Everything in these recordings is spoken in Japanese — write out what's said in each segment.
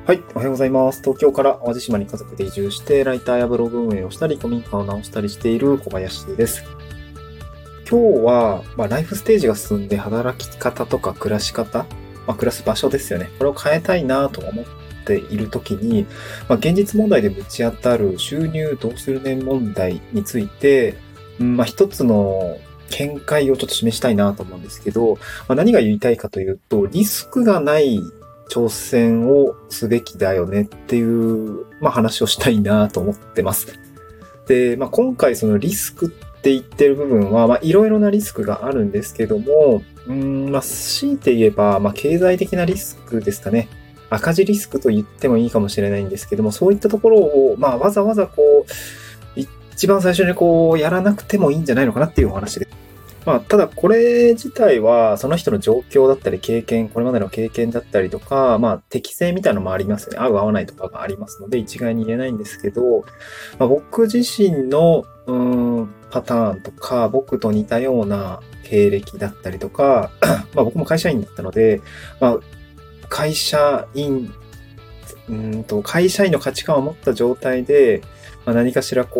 はい、おはようございます。東京から淡路島に家族で移住して、ライターやブログ運営をしたり、古民家を直したりしている小林です。今日は、ライフステージが進んで働き方とか暮らし方、暮らす場所ですよね。これを変えたいなと思っているときに、現実問題でぶち当たる収入どうするねん問題について、一つの見解をちょっと示したいなと思うんですけど、何が言いたいかというと、リスクがない挑戦をすべきだよねっていう、話をしたいなと思ってます。で、今回そのリスクって言ってる部分は、いろいろなリスクがあるんですけども、強いて言えば、経済的なリスクですかね。赤字リスクと言ってもいいかもしれないんですけども、そういったところを、わざわざ一番最初にやらなくてもいいんじゃないのかなっていうお話です。ただこれ自体は、その人の状況だったり経験、これまでの経験だったりとか、適性みたいなのもありますよね。合う合わないとかがありますので、一概に言えないんですけど、僕自身の、パターンとか、僕と似たような経歴だったりとか、僕も会社員だったので、会社員、会社員の価値観を持った状態で、何かしら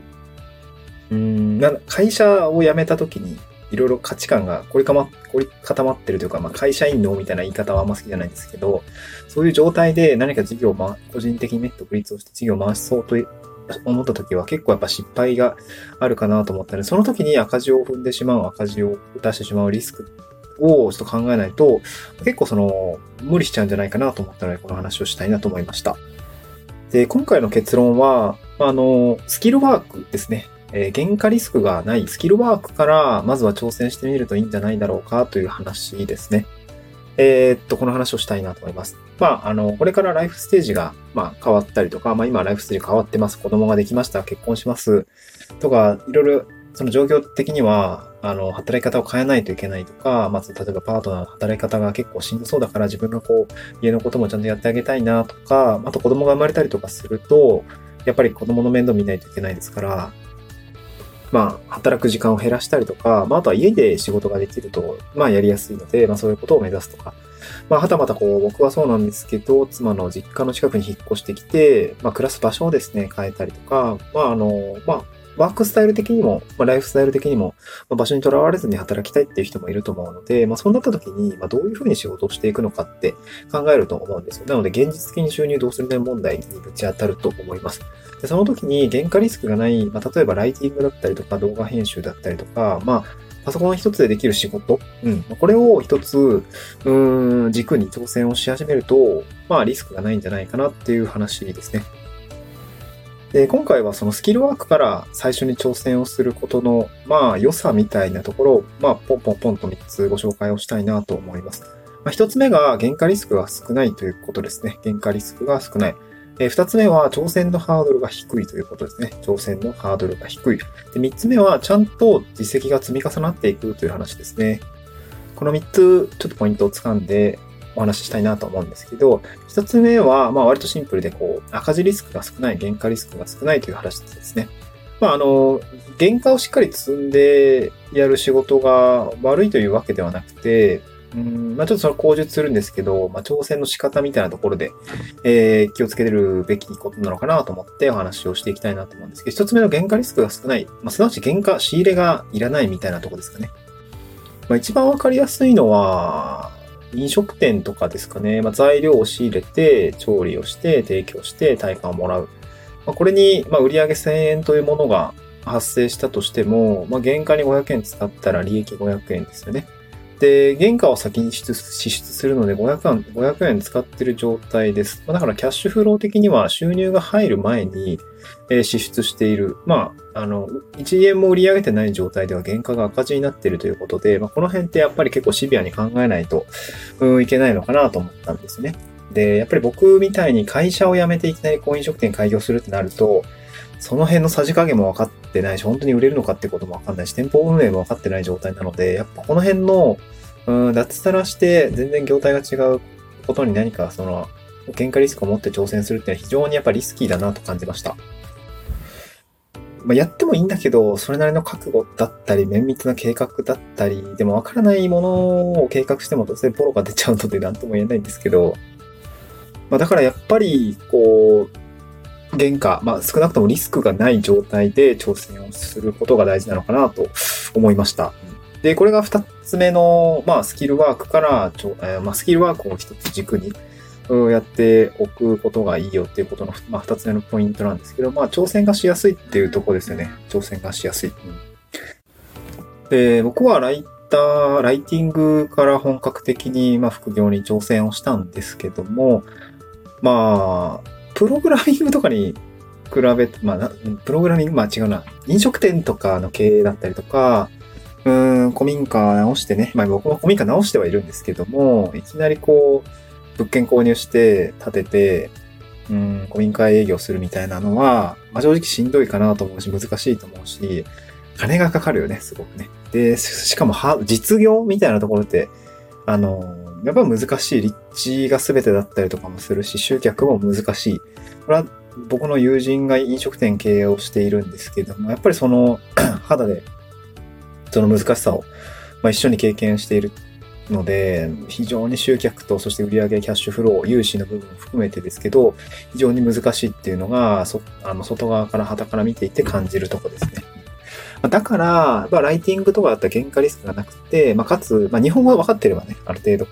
会社を辞めた時に、いろいろ価値観が凝り固まってるというか、会社員のみたいな言い方はあんま好きじゃないんですけど、そういう状態で何か事業を個人的にね、独立をして事業を回そうと思った時は結構やっぱ失敗があるかなと思ったので、その時に赤字を踏んでしまう、赤字を出してしまうリスクをちょっと考えないと、結構無理しちゃうんじゃないかなと思ったので、この話をしたいなと思いました。で、今回の結論は、スキルワークですね。原価リスクがないスキルワークからまずは挑戦してみるといいんじゃないだろうかという話ですね。この話をしたいなと思います。これからライフステージが、変わったりとか、今ライフステージ変わってます。子供ができました。結婚します。とか、いろいろ、その状況的には、働き方を変えないといけないとか、例えばパートナーの働き方が結構しんどそうだから自分が家のこともちゃんとやってあげたいなとか、あと子供が生まれたりとかすると、やっぱり子供の面倒見ないといけないですから、働く時間を減らしたりとか、あとは家で仕事ができると、やりやすいので、そういうことを目指すとか。はたまた僕はそうなんですけど、妻の実家の近くに引っ越してきて、暮らす場所をですね、変えたりとか、ワークスタイル的にも、ライフスタイル的にも、場所にとらわれずに働きたいっていう人もいると思うので、そうなった時に、どういうふうに仕事をしていくのかって考えると思うんですよ。なので、現実的に収入どうするね問題にぶち当たると思います。で、その時に原価リスクがない、例えばライティングだったりとか動画編集だったりとか、パソコン一つでできる仕事、これを一つ、軸に挑戦をし始めると、リスクがないんじゃないかなっていう話ですね。で、今回はそのスキルワークから最初に挑戦をすることの、良さみたいなところを、ポンポンポンと3つご紹介をしたいなと思います。1つ目が原価リスクが少ないということですね。原価リスクが少ない。2つ目は挑戦のハードルが低いということですね。挑戦のハードルが低い。で、3つ目はちゃんと実績が積み重なっていくという話ですね。この3つちょっとポイントをつかんでお話ししたいなと思うんですけど、1つ目は割とシンプルで赤字リスクが少ない、原価リスクが少ないという話ですね。原価をしっかり積んでやる仕事が悪いというわけではなくて、ちょっとそれ口述するんですけど、挑戦の仕方みたいなところで、気をつけるべきことなのかなと思ってお話をしていきたいなと思うんですけど、一つ目の原価リスクが少ない、すなわち原価、仕入れがいらないみたいなところですかね。一番わかりやすいのは、飲食店とかですかね。材料を仕入れて、調理をして、提供して、対価をもらう。これに、売上1000円というものが発生したとしても、原価に500円使ったら利益500円ですよね。で、原価を先に支出するので500円使ってる状態です。だからキャッシュフロー的には収入が入る前に支出している。1円も売り上げてない状態では原価が赤字になっているということで、この辺ってやっぱり結構シビアに考えないといけないのかなと思ったんですね。で、やっぱり僕みたいに会社を辞めていきなり飲食店開業するってなると、その辺のさじ加減も分かってないし、本当に売れるのかってことも分かんないし、店舗運営も分かってない状態なので、やっぱこの辺の、脱サラして全然業態が違うことに何か原価リスクを持って挑戦するっていうのは非常にやっぱリスキーだなと感じました。やってもいいんだけど、それなりの覚悟だったり、綿密な計画だったり、でも分からないものを計画しても突然ボロが出ちゃうので何とも言えないんですけど、 だからやっぱり、原価、少なくともリスクがない状態で挑戦をすることが大事なのかなと思いました。で、これが二つ目の、スキルワークから、スキルワークを一つ軸に、やっておくことがいいよっていうことの、二つ目のポイントなんですけど、挑戦がしやすいっていうところですよね。挑戦がしやすい。で、僕はライティングから本格的に、副業に挑戦をしたんですけども、プログラミングとかに比べて、プログラミング、違うな。飲食店とかの経営だったりとか、古民家直してね、僕も古民家直してはいるんですけども、いきなり物件購入して、建てて、古民家営業するみたいなのは、正直しんどいかなと思うし、難しいと思うし、金がかかるよね、すごくね。で、しかも、実業みたいなところって、やっぱ難しい。立地が全てだったりとかもするし、集客も難しい。これは僕の友人が飲食店経営をしているんですけども、やっぱりその肌でその難しさを、一緒に経験しているので、非常に集客と、そして売上キャッシュフロー、融資の部分を含めてですけど、非常に難しいっていうのが、外側から旗から見ていて感じるところですね。だから、ライティングとかだったら原価リスクがなくて、かつ、日本語が分かってればね、ある程度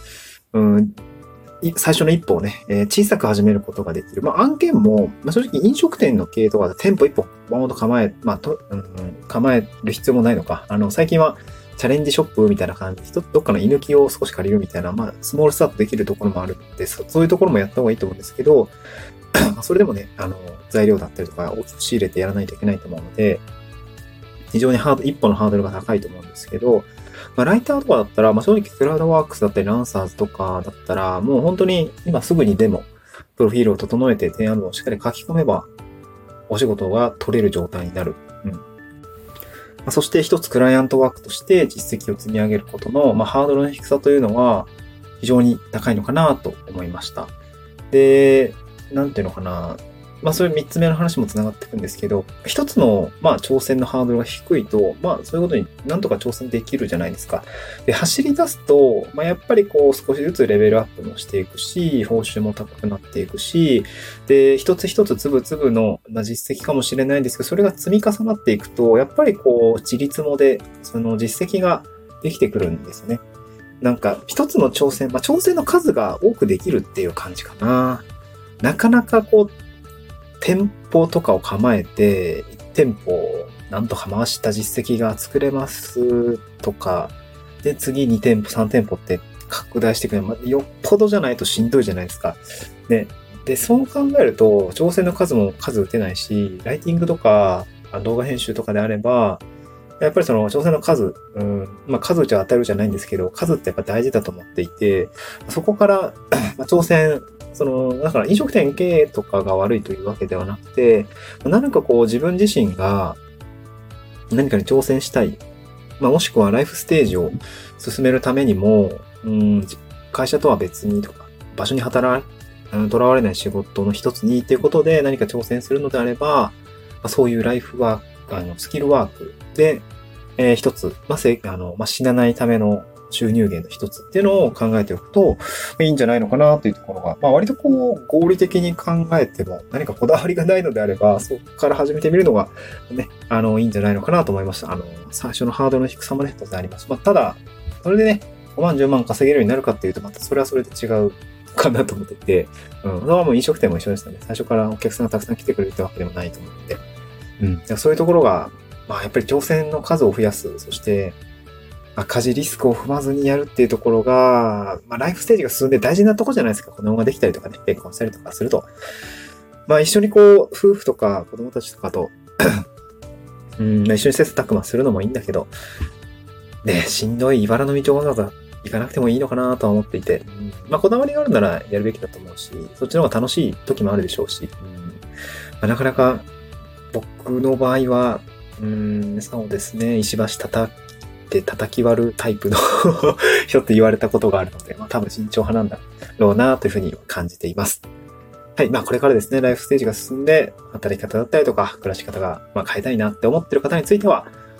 最初の一歩をね、小さく始めることができる。案件も、正直飲食店の経営とかで店舗一歩、ボーンと構える必要もないのか。最近はチャレンジショップみたいな感じで、どっかの居抜きを少し借りるみたいな、スモールスタートできるところもあるんです。そういうところもやった方がいいと思うんですけど、それでもね、材料だったりとか大きく仕入れてやらないといけないと思うので、非常に一歩のハードルが高いと思うんですけど、ライターとかだったら、正直クラウドワークスだったりランサーズとかだったら、もう本当に今すぐにでも、プロフィールを整えて提案文をしっかり書き込めば、お仕事が取れる状態になる。そして一つクライアントワークとして実績を積み上げることの、ハードルの低さというのは非常に高いのかなと思いました。で、なんていうのかな。そういう三つ目の話もつながっていくんですけど、一つの、挑戦のハードルが低いと、そういうことになんとか挑戦できるじゃないですか。で、走り出すと、やっぱり少しずつレベルアップもしていくし、報酬も高くなっていくし、で、一つ一つつぶつぶの実績かもしれないんですけど、それが積み重なっていくと、やっぱり自立もで、その実績ができてくるんですね。一つの挑戦、挑戦の数が多くできるっていう感じかな。なかなか店舗とかを構えて、1店舗をなんとか回した実績が作れますとか、で、次2店舗、3店舗って拡大していくのは、よっぽどじゃないとしんどいじゃないですか。ね。で、そう考えると、挑戦の数も数打てないし、ライティングとか、動画編集とかであれば、やっぱりその挑戦の数、数打ちは与えるじゃないんですけど、数ってやっぱ大事だと思っていて、そこから、挑戦、だから飲食店経営とかが悪いというわけではなくて、何か自分自身が何かに挑戦したい、もしくはライフステージを進めるためにも、会社とは別にとか、場所にとらわれない仕事の一つにということで何か挑戦するのであれば、そういうライフワーク、スキルワークで、一つ、死なないための収入源の一つっていうのを考えておくといいんじゃないのかなというところが、割と合理的に考えても何かこだわりがないのであれば、そこから始めてみるのがね、いいんじゃないのかなと思いました。最初のハードルの低さもね、当然あります。ただ、それでね、5万、10万稼げるようになるかっていうと、またそれはそれで違うかなと思っていて、それはもう飲食店も一緒ですよね。最初からお客さんがたくさん来てくれるってわけでもないと思うので、そういうところが、やっぱり挑戦の数を増やす、そして、赤字リスクを踏まずにやるっていうところが、ライフステージが進んで大事なとこじゃないですか。子供ができたりとかね、結婚したりとかすると。一緒に夫婦とか子供たちとかと一緒に切磋琢磨するのもいいんだけど、ね、しんどい茨の道をわざわざ行かなくてもいいのかなとは思っていて、こだわりがあるならやるべきだと思うし、そっちの方が楽しい時もあるでしょうし、なかなか僕の場合は、そうですね、石橋叩き割るタイプの人って言われたことがあるので、多分慎重派なんだろうなというふうに感じています。はい。これからですね、ライフステージが進んで、働き方だったりとか、暮らし方が変えたいなって思ってる方については、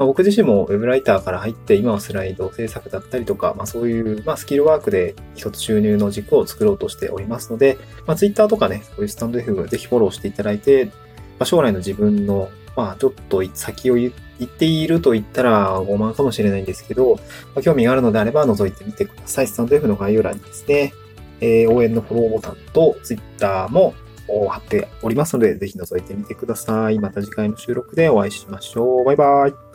僕自身もウェブライターから入って、今はスライド制作だったりとか、そういう、スキルワークで一つ収入の軸を作ろうとしておりますので、Twitter とかね、そういうスタンド FM ぜひフォローしていただいて、将来の自分の、ちょっと先を言っていると言ったら傲慢かもしれないんですけど、興味があるのであれば覗いてみてください。スタンド F の概要欄にですね、応援のフォローボタンと Twitter も貼っておりますので、ぜひ覗いてみてください。また次回の収録でお会いしましょう。バイバイ。